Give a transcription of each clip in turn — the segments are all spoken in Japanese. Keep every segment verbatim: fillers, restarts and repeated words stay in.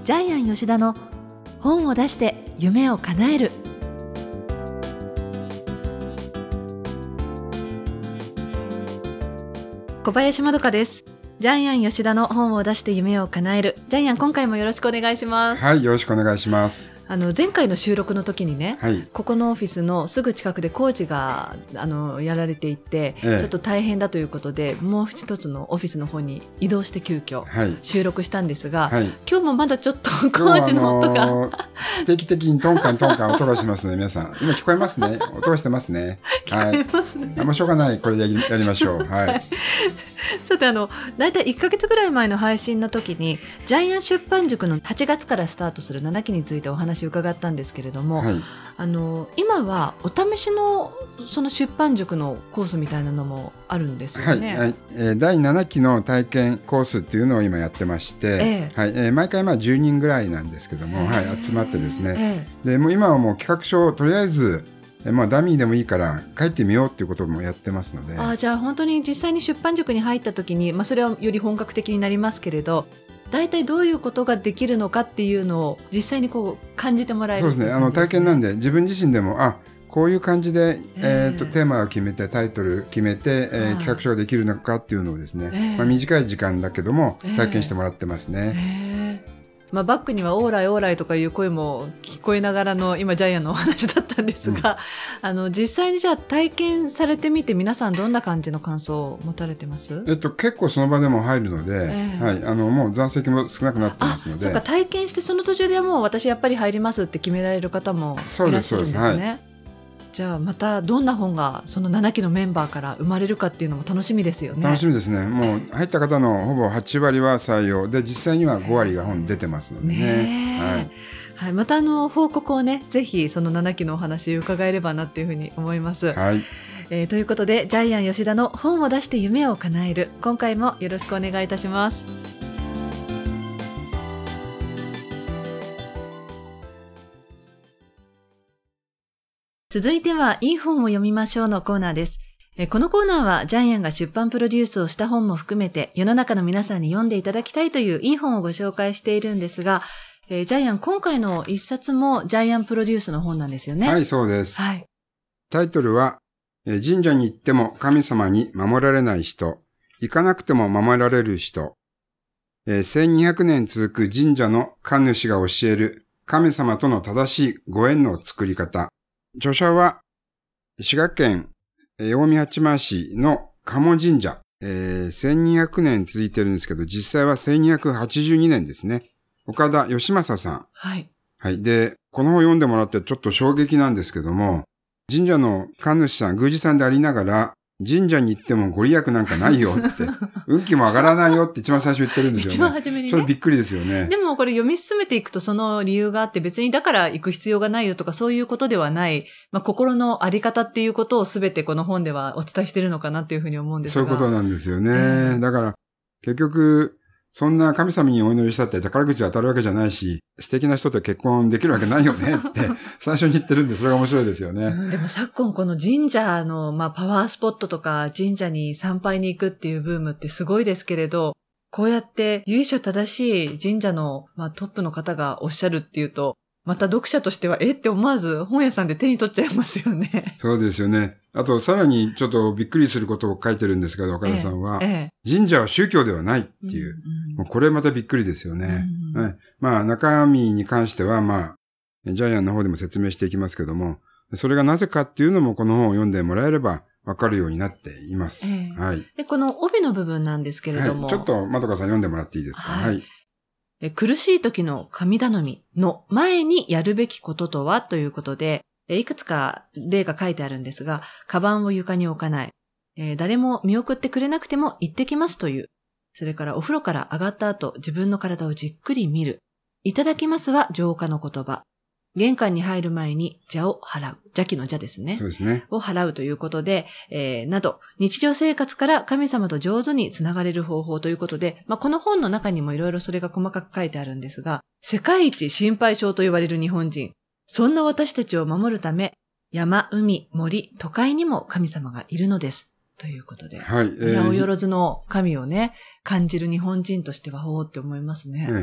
ジャイアン吉田の本を出して夢を叶える。小林まどかです。ジャイアン吉田の本を出して夢を叶える。ジャイアン、今回もよろしくお願いします。 はい、よろしくお願いします。 あの前回の収録の時にね、 はい、 ここのオフィスのすぐ近くで工事があのやられていて、 ええ、 ちょっと大変だということでもう一つのオフィスの方に移動して急遽収録したんですが、 はい、 今日もまだちょっと工事の音が、 あのー、定期的にトンカントンカン音がしますので皆さん今聞こえますね。音がしてますね。 聞こえますね。 はい、あんましょうがない、これでやりましょう。はい、 さて、あのだいたいいっかげつぐらい前の配信の時にジャイアン出版塾のはちがつからスタートするななきについてお話を伺ったんですけれども、 はい、 あの今はお試しのその出版塾のコースみたいなのもあるんですよね。 はいはい、えー、だいななきの体験コースっていうのを今やってまして、えーはいえー、毎回まあじゅうにんぐらいなんですけども、はい、集まってですね、えー、でもう今はもう企画書をとりあえずまあ、ダミーでもいいから書いてみようっていうこともやってますので。 あ、じゃあ本当に実際に出版塾に入った時に、まあ、それはより本格的になりますけれど、大体どういうことができるのかっていうのを実際にこう感じてもらえる。 そうですね、あの体験なんで自分自身でもあこういう感じで、えー、とテーマを決めてタイトル決めて、えー、企画書ができるのかっていうのをですね、えーまあ、短い時間だけども体験してもらってますね。 えーえーまあ、バックにはオーライオーライとかいう声も聞こえながらの今ジャイアンのお話だったんですが、うん、あの実際にじゃあ体験されてみて皆さんどんな感じの感想を持たれてます？ えっと、結構その場でも入るので、えーはい、あのもう残席も少なくなってますので。 あ、そうか、体験してその途中ではもう私やっぱり入りますって決められる方もいらっしゃるんですね。そうです、そうです、はい。じゃあまたどんな本がそのななきのメンバーから生まれるかっていうのも楽しみですよね。 楽しみですね。もう入った方のほぼはちわりは採用で、実際にはごわりが本に出てますので ね, ね、はいはい、またあの報告をねぜひそのななきのお話伺えればなっていうふうに思います。 はい、 えー、ということでジャイアン吉田の本を出して夢を叶える、今回もよろしくお願いいたします。続いてはいい本を読みましょうのコーナーです。このコーナーはジャイアンが出版プロデュースをした本も含めて世の中の皆さんに読んでいただきたいといういい本をご紹介しているんですが、えー、ジャイアン、今回の一冊もジャイアンプロデュースの本なんですよね。 はい、そうです。 はい、 タイトルは、神社に行っても神様に守られない人、行かなくても守られる人、せんにひゃくねん続く神社の神主が教える神様との正しいご縁の作り方。著者は滋賀県近江八幡市の鴨神社、えー、せんにひゃくねん続いてるんですけど、実際はせんにひゃくはちじゅうにねんですね。岡田義正さん。 はい。 はい。で、この本を読んでもらってちょっと衝撃なんですけども、神社の神主さん、宮司さんでありながら、神社に行ってもご利益なんかないよって、運気も上がらないよって一番最初言ってるんですよね。 一番初めにね。 ちょっとびっくりですよね。 でもこれ読み進めていくとその理由があって、別にだから行く必要がないよとかそういうことではない、まあ、心のあり方っていうことをすべてこの本ではお伝えしているのかなっていうふうに思うんですが。 そういうことなんですよね。えー、だから結局、そんな神様にお祈りしたって宝くじ当たるわけじゃないし、素敵な人と結婚できるわけないよねって最初に言ってるんで、それが面白いですよね。 うん、でも昨今この神社の、まあ、パワースポットとか神社に参拝に行くっていうブームってすごいですけれど、こうやって由緒正しい神社の、まあ、トップの方がおっしゃるっていうと、また読者としてはえって思わず本屋さんで手に取っちゃいますよね。 そうですよね。あとさらにちょっとびっくりすることを書いてるんですけど、岡田さんは、ええ、神社は宗教ではないっていう、うんうん、もうこれまたびっくりですよね。うんうん、はい、まあ中身に関してはまあジャイアンの方でも説明していきますけども、それがなぜかっていうのもこの本を読んでもらえればわかるようになっています。ええ、はい。 でこの帯の部分なんですけれども、 はい、ちょっとまどかさん読んでもらっていいですか。はい。はい 、苦しい時の神頼みの前にやるべきこととはということで、いくつか例が書いてあるんですが、カバンを床に置かない、えー、誰も見送ってくれなくても行ってきますという、それからお風呂から上がった後自分の体をじっくり見る、いただきますは浄化の言葉、玄関に入る前に邪を払う。邪気の邪ですね。 そうですね。 を払うということで、えー、など、日常生活から神様と上手につながれる方法ということで、まあ、この本の中にもいろいろそれが細かく書いてあるんですが、世界一心配性と言われる日本人。そんな私たちを守るため、山、海、森、都会にも神様がいるのです。ということで。 はい。 八百万の神をね、感じる日本人としては、ほーって思いますね。 えー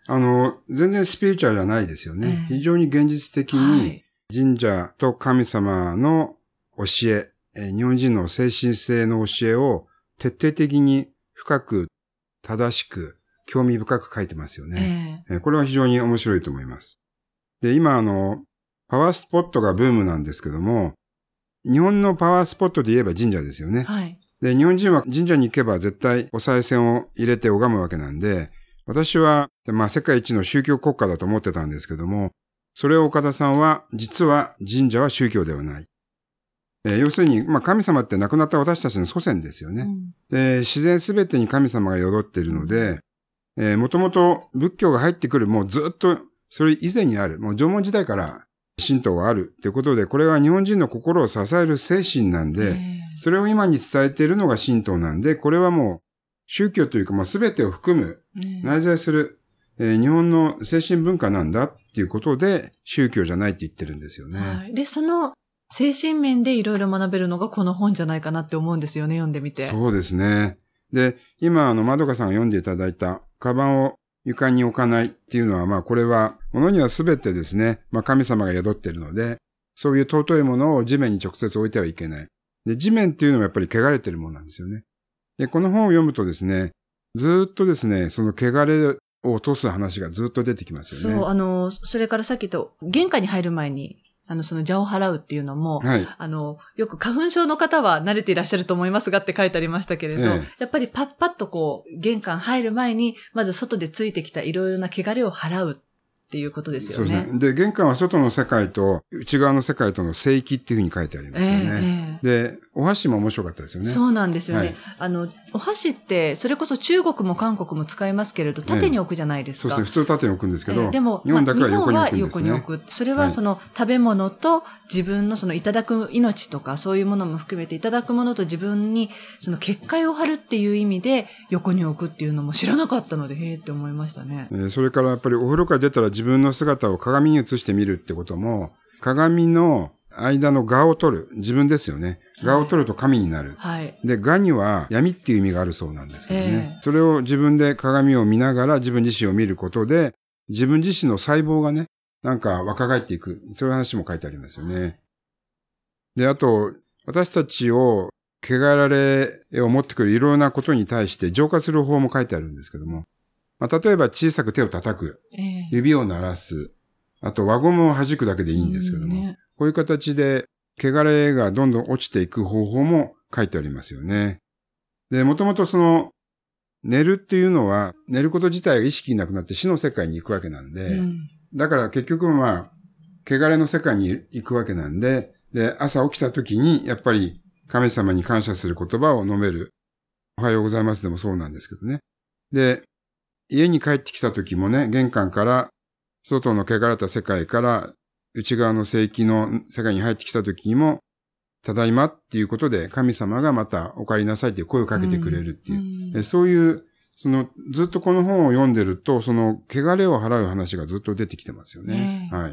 あの、全然スピリチュアルじゃないですよね。 えー、 非常に現実的に神社と神様の教え、えー、日本人の精神性の教えを徹底的に深く、正しく、興味深く書いてますよね。えー、これは非常に面白いと思います。で、今あの、パワースポットがブームなんですけども、日本のパワースポットで言えば神社ですよね。 はい。 で、日本人は神社に行けば絶対お賽銭を入れて拝むわけなんで、私は、まあ世界一の宗教国家だと思ってたんですけども、それを岡田さんは、実は神社は宗教ではない。えー、要するに、まあ神様って亡くなった私たちの祖先ですよね。うん、で、自然すべてに神様が宿っているので、えー、もともと仏教が入ってくるもうずっとそれ以前にある、もう縄文時代から神道はあるということで、これは日本人の心を支える精神なんで、それを今に伝えているのが神道なんで、これはもう宗教というか、まあ、全てを含む、内在する、えー、日本の精神文化なんだっていうことで、宗教じゃないって言ってるんですよね。 はい。で、その精神面でいろいろ学べるのがこの本じゃないかなって思うんですよね、読んでみて。 そうですね。で、今、あの、まどかさんが読んでいただいた、カバンを床に置かないっていうのは、まあ、これは、物には全てですね、まあ、神様が宿っているので、そういう尊いものを地面に直接置いてはいけない。で、地面っていうのはやっぱり汚れているものなんですよね。で、この本を読むとですね、ずっとですね、その汚れを落とす話がずっと出てきますよね。 そう、あの、それからさっき言った、玄関に入る前に、あの、その邪を払うっていうのも、はい、あの、よく花粉症の方は慣れていらっしゃると思いますがって書いてありましたけれど、ええ、やっぱりパッパッとこう、玄関入る前に、まず外でついてきたいろいろな汚れを払うっていうことですよね。 そうですね。で、玄関は外の世界と内側の世界との聖域っていうふうに書いてありますよね。ええ、で、お箸も面白かったですよね。 そうなんですよね。はい、あの、お箸って、それこそ中国も韓国も使いますけれど、縦に置くじゃないですか。 ええ、そうですね。普通縦に置くんですけど、 ええ、でも、 日本だけは横に置くんですね。 日本は横に置く。それはその食べ物と自分のそのいただく命とかそういうものも含めていただくものと自分にその結界を張るっていう意味で横に置くっていうのも知らなかったので、へえって思いましたね。 えー、それからやっぱりお風呂から出たら自分の姿を鏡に映してみるってことも、鏡の間の我を取る。自分ですよね。我を取ると神になる。はい。で、我には闇っていう意味があるそうなんですけどね。えー、それを自分で鏡を見ながら自分自身を見ることで、自分自身の細胞がね、なんか若返っていく。そういう話も書いてありますよね。で、あと、私たちを、汚れを持ってくるいろいろなことに対して浄化する方法も書いてあるんですけども。まあ、例えば小さく手を叩く。えー、指を鳴らす。あと輪ゴムを弾くだけでいいんですけども。ね、こういう形で、汚れがどんどん落ちていく方法も書いてありますよね。で、もともとその、寝るっていうのは、寝ること自体が意識なくなって死の世界に行くわけなんで、うん、だから結局まあ、汚れの世界に行くわけなんで、で、朝起きた時に、やっぱり神様に感謝する言葉を述べる。おはようございますでもそうなんですけどね。で、家に帰ってきた時もね、玄関から、外の汚れた世界から内側の聖域の世界に入ってきた時にも、ただいまっていうことで神様がまたお帰りなさいっていう声をかけてくれるっていう。うんうん、そういう、その、ずっとこの本を読んでると、その、汚れを払う話がずっと出てきてますよね。はい。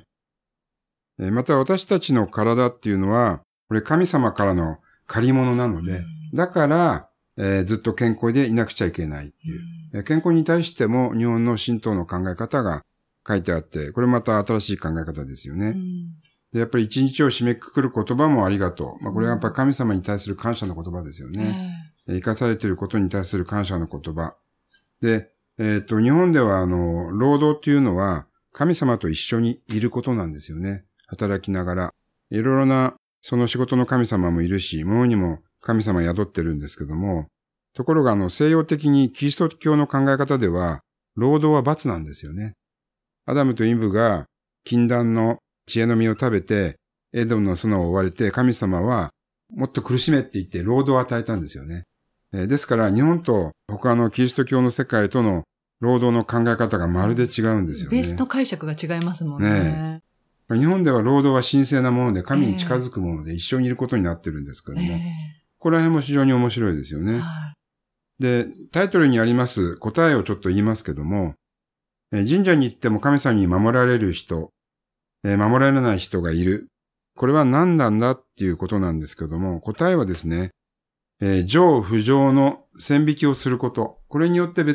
また私たちの体っていうのは、これ神様からの借り物なので、うん、だから、えー、ずっと健康でいなくちゃいけないっていう。うん、健康に対しても日本の神道の考え方が書いてあって、これまた新しい考え方ですよね。うん、でやっぱり一日を締めくくる言葉もありがとう。まあ、これはやっぱり神様に対する感謝の言葉ですよね。うん、生かされていることに対する感謝の言葉。で、えっと、日本ではあの、労働っていうのは神様と一緒にいることなんですよね。働きながら。いろいろな、その仕事の神様もいるし、物にも神様宿ってるんですけども、ところがあの、西洋的にキリスト教の考え方では、労働は罰なんですよね。アダムとイブが禁断の知恵の実を食べて、エドムの園を追われて、神様はもっと苦しめって言って労働を与えたんですよね。えー、ですから日本と他のキリスト教の世界との労働の考え方がまるで違うんですよね。 ベースと解釈が違いますもんね。ねえ、日本では労働は神聖なもので神に近づくもので一緒にいることになってるんですけども、えー、この辺も非常に面白いですよね。はい、で、タイトルにあります答えをちょっと言いますけども、神社に行っても神様に守られる人、守られない人がいる。これは何なんだっていうことなんですけども、答えはですね、上不上の線引きをすること。これによって別に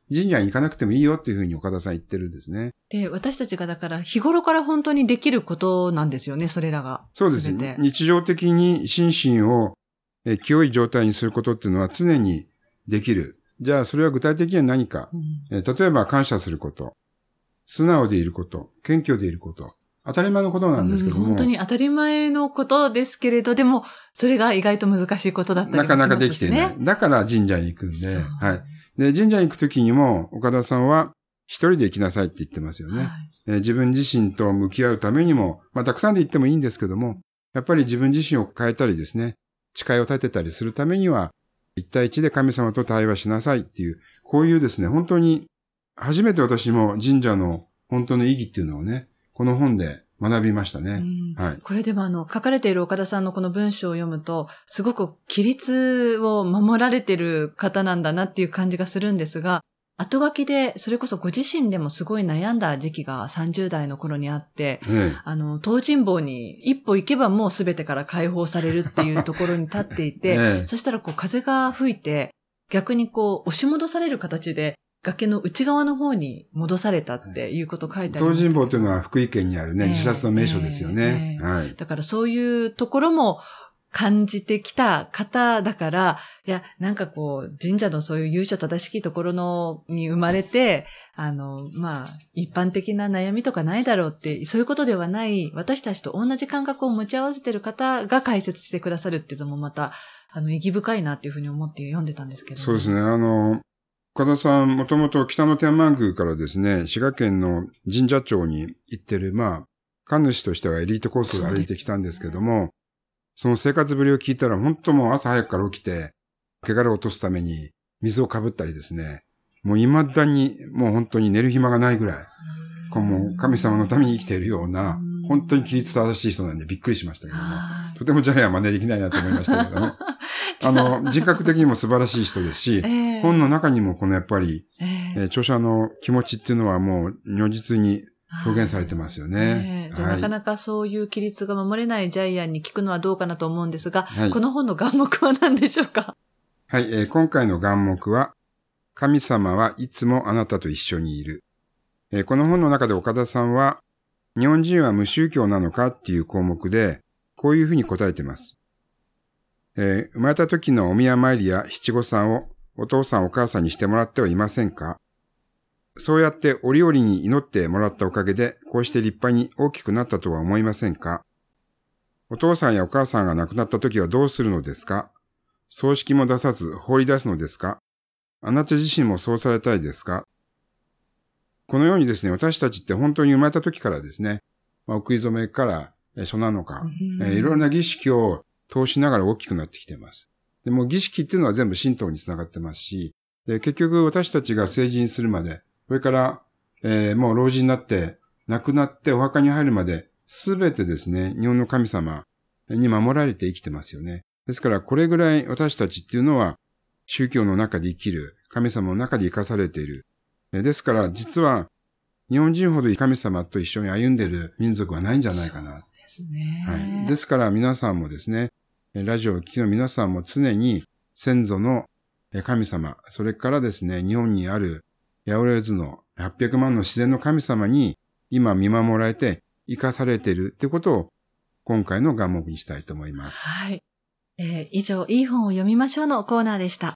神社に行かなくてもいいよっていうふうに岡田さん言ってるんですね。 で、私たちがだから日頃から本当にできることなんですよね、それらが。 そうですね。日常的に心身をえ清い状態にすることっていうのは常にできる。じゃあそれは具体的には何か、うん、え例えば感謝すること、素直でいること、謙虚でいること、当たり前のことなんですけども、 うん、本当に当たり前のことですけれど、でもそれが意外と難しいことだったりもしますね。 なかなかできていない。だから神社に行くんで、はい。で、神社に行くときにも岡田さんは一人で行きなさいって言ってますよね。はい、えー、自分自身と向き合うためにも、まあたくさんで行ってもいいんですけども、やっぱり自分自身を変えたりですね、誓いを立てたりするためには、一対一で神様と対話しなさいっていう、こういうですね、本当に、初めて私も神社の本当の意義っていうのをね、この本で学びましたね。はい。 これでもあの、書かれている岡田さんのこの文章を読むと、すごく規律を守られている方なんだなっていう感じがするんですが、後書きで、それこそご自身でもすごい悩んだ時期がさんじゅう代の頃にあって、うん、あの、東尋坊に一歩行けばもう全てから解放されるっていうところに立っていて、ね、そしたらこう風が吹いて、逆にこう押し戻される形で、崖の内側の方に戻されたっていうこと書いてあります。 東尋坊というのは福井県にあるね、えー、自殺の名所ですよね、 えーえー。 はい。 だからそういうところも感じてきた方だから、いや、なんかこう、神社のそういう由緒正しきところの、に生まれて、あの、まあ、一般的な悩みとかないだろうって、そういうことではない、私たちと同じ感覚を持ち合わせている方が解説してくださるっていうのもまた、あの、意義深いなっていうふうに思って読んでたんですけど、ね。 そうですね、あの、岡田さん、もともと北野天満宮からですね、滋賀県の神社町に行ってる、まあ、神主としてはエリートコースを歩いてきたんですけども、その生活ぶりを聞いたら、本当もう朝早くから起きて、汚れを落とすために水をかぶったりですね、もう未だに、もう本当に寝る暇がないぐらい、こうもう神様のために生きているような、本当に規律正しい人なんでびっくりしましたけども、とてもジャイアン真似できないなと思いましたけども、あの、人格的にも素晴らしい人ですし、えー、本の中にもこのやっぱり、えーえー、著者の気持ちっていうのはもう如実に表現されてますよね。 えー、じゃあ、はい、なかなかそういう規律が守れないジャイアンに聞くのはどうかなと思うんですが、はい、この本の眼目は何でしょうか？ はい、えー、今回の眼目は、神様はいつもあなたと一緒にいる。えー、この本の中で岡田さんは、日本人は無宗教なのかっていう項目で、こういうふうに答えています。えー、生まれた時のお宮参りや七五三をお父さんお母さんにしてもらってはいませんか？そうやって折々に祈ってもらったおかげで、こうして立派に大きくなったとは思いませんか？お父さんやお母さんが亡くなった時はどうするのですか？葬式も出さず放り出すのですか？あなた自身もそうされたいですか？このようにですね、私たちって本当に生まれた時からですね、まあ、お食い初めから初七日、えー、いろいろな儀式を通しながら大きくなってきています。でも儀式っていうのは全部神道につながってますし、で結局私たちが成人するまで、それから、えー、もう老人になって亡くなってお墓に入るまで、すべてですね、日本の神様に守られて生きてますよね。ですからこれぐらい私たちっていうのは宗教の中で生きる、神様の中で生かされている。ですから実は日本人ほど神様と一緒に歩んでいる民族はないんじゃないかな。 そうですね。 はい。ですから皆さんもですね、ラジオを聴きの皆さんも常に先祖の神様、それからですね、日本にある八百万のはっぴゃくまんの自然の神様に今見守られて生かされているということを今回の眼目にしたいと思います。 はい。えー、以上、いい本を読みましょうのコーナーでした。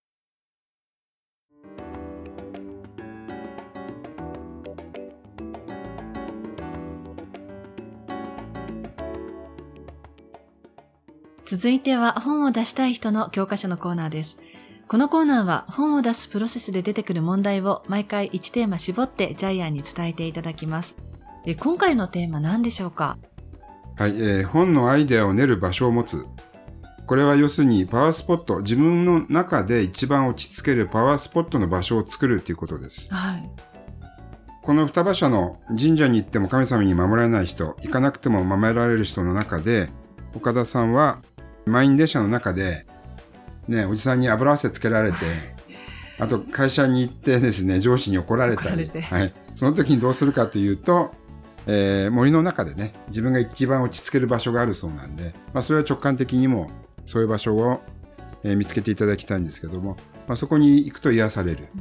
続いては本を出したい人の教科書のコーナーです。このコーナーは本を出すプロセスで出てくる問題を毎回いちテーマ絞ってジャイアンに伝えていただきます。え今回のテーマ何でしょうか？ はい、えー、本のアイデアを練る場所を持つ。これは要するにパワースポット、自分の中で一番落ち着けるパワースポットの場所を作るということです。 はい。 この双葉社の神社に行っても神様に守られない人、行かなくても守られる人の中で、岡田さんは満員電車の中で、ね、おじさんに油汗つけられて、あと会社に行ってですね、上司に怒られたり、はい、その時にどうするかというと、えー、森の中でね、自分が一番落ち着ける場所があるそうなんで、まあ、それは直感的にもそういう場所を、えー、見つけていただきたいんですけども、まあ、そこに行くと癒される。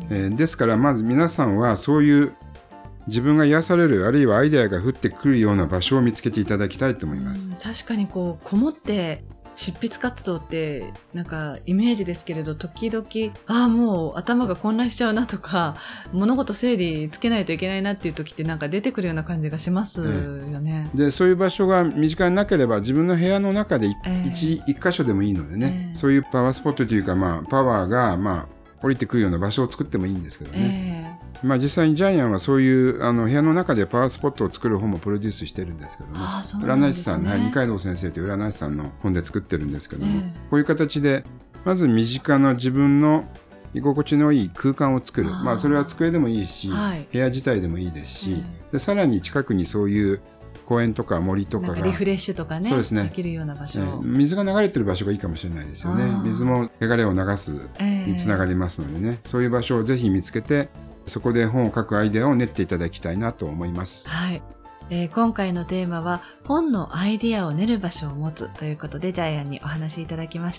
えー、ですからまず皆さんはそういう自分が癒される、あるいはアイデアが降ってくるような場所を見つけていただきたいと思います。 うん、確かにこうこもって執筆活動ってなんかイメージですけれど、時々ああもう頭が混乱しちゃうなとか、物事整理つけないといけないなっていう時ってなんか出てくるような感じがしますよね。 でそういう場所が身近になければ自分の部屋の中で 一,、えー、一, 一箇所でもいいのでね、えー、そういうパワースポットというか、まあ、パワーが、まあ、降りてくるような場所を作ってもいいんですけどね、えーまあ、実際にジャイアンはそういうあの部屋の中でパワースポットを作る本もプロデュースしてるんですけども、 あ、そうなんですね、 占い師さん、はい、二階堂先生という占い師さんの本で作ってるんですけども、えー、こういう形でまず身近な自分の居心地のいい空間を作る、あ、まあ、それは机でもいいし、はい、部屋自体でもいいですし、えー、でさらに近くにそういう公園とか森とかがなんかリフレッシュとかね、そうですね、できるような場所、えー、 水が流れてる場所がいいかもしれないですよね。水も汚れを流すにつながりますのでね、えー、そういう場所をぜひ見つけてそこで本を書くアイデアを練っていただきたいなと思います。 はい、えー、今回のテーマは本のアイデアを練る場所を持つということでジャイアンにお話しいただきました。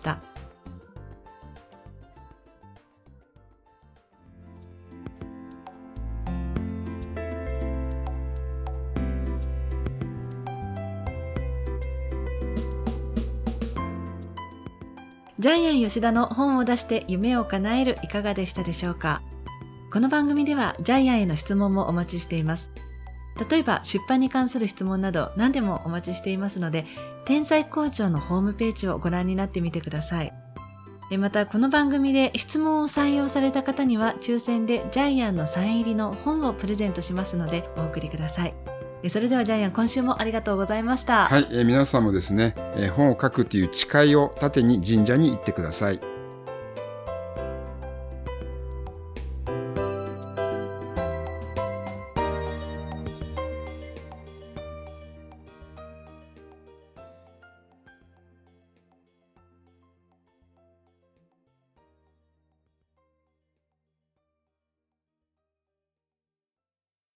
ジャイアン吉田の本を出して夢を叶える、いかがでしたでしょうか。この番組ではジャイアンへの質問もお待ちしています。例えば出版に関する質問など何でもお待ちしていますので、天才工場のホームページをご覧になってみてください。またこの番組で質問を採用された方には抽選でジャイアンのサイン入りの本をプレゼントしますのでお送りください。それではジャイアン、今週もありがとうございました。 はい、えー、皆さんもですね、えー、本を書くという誓いを盾に神社に行ってください。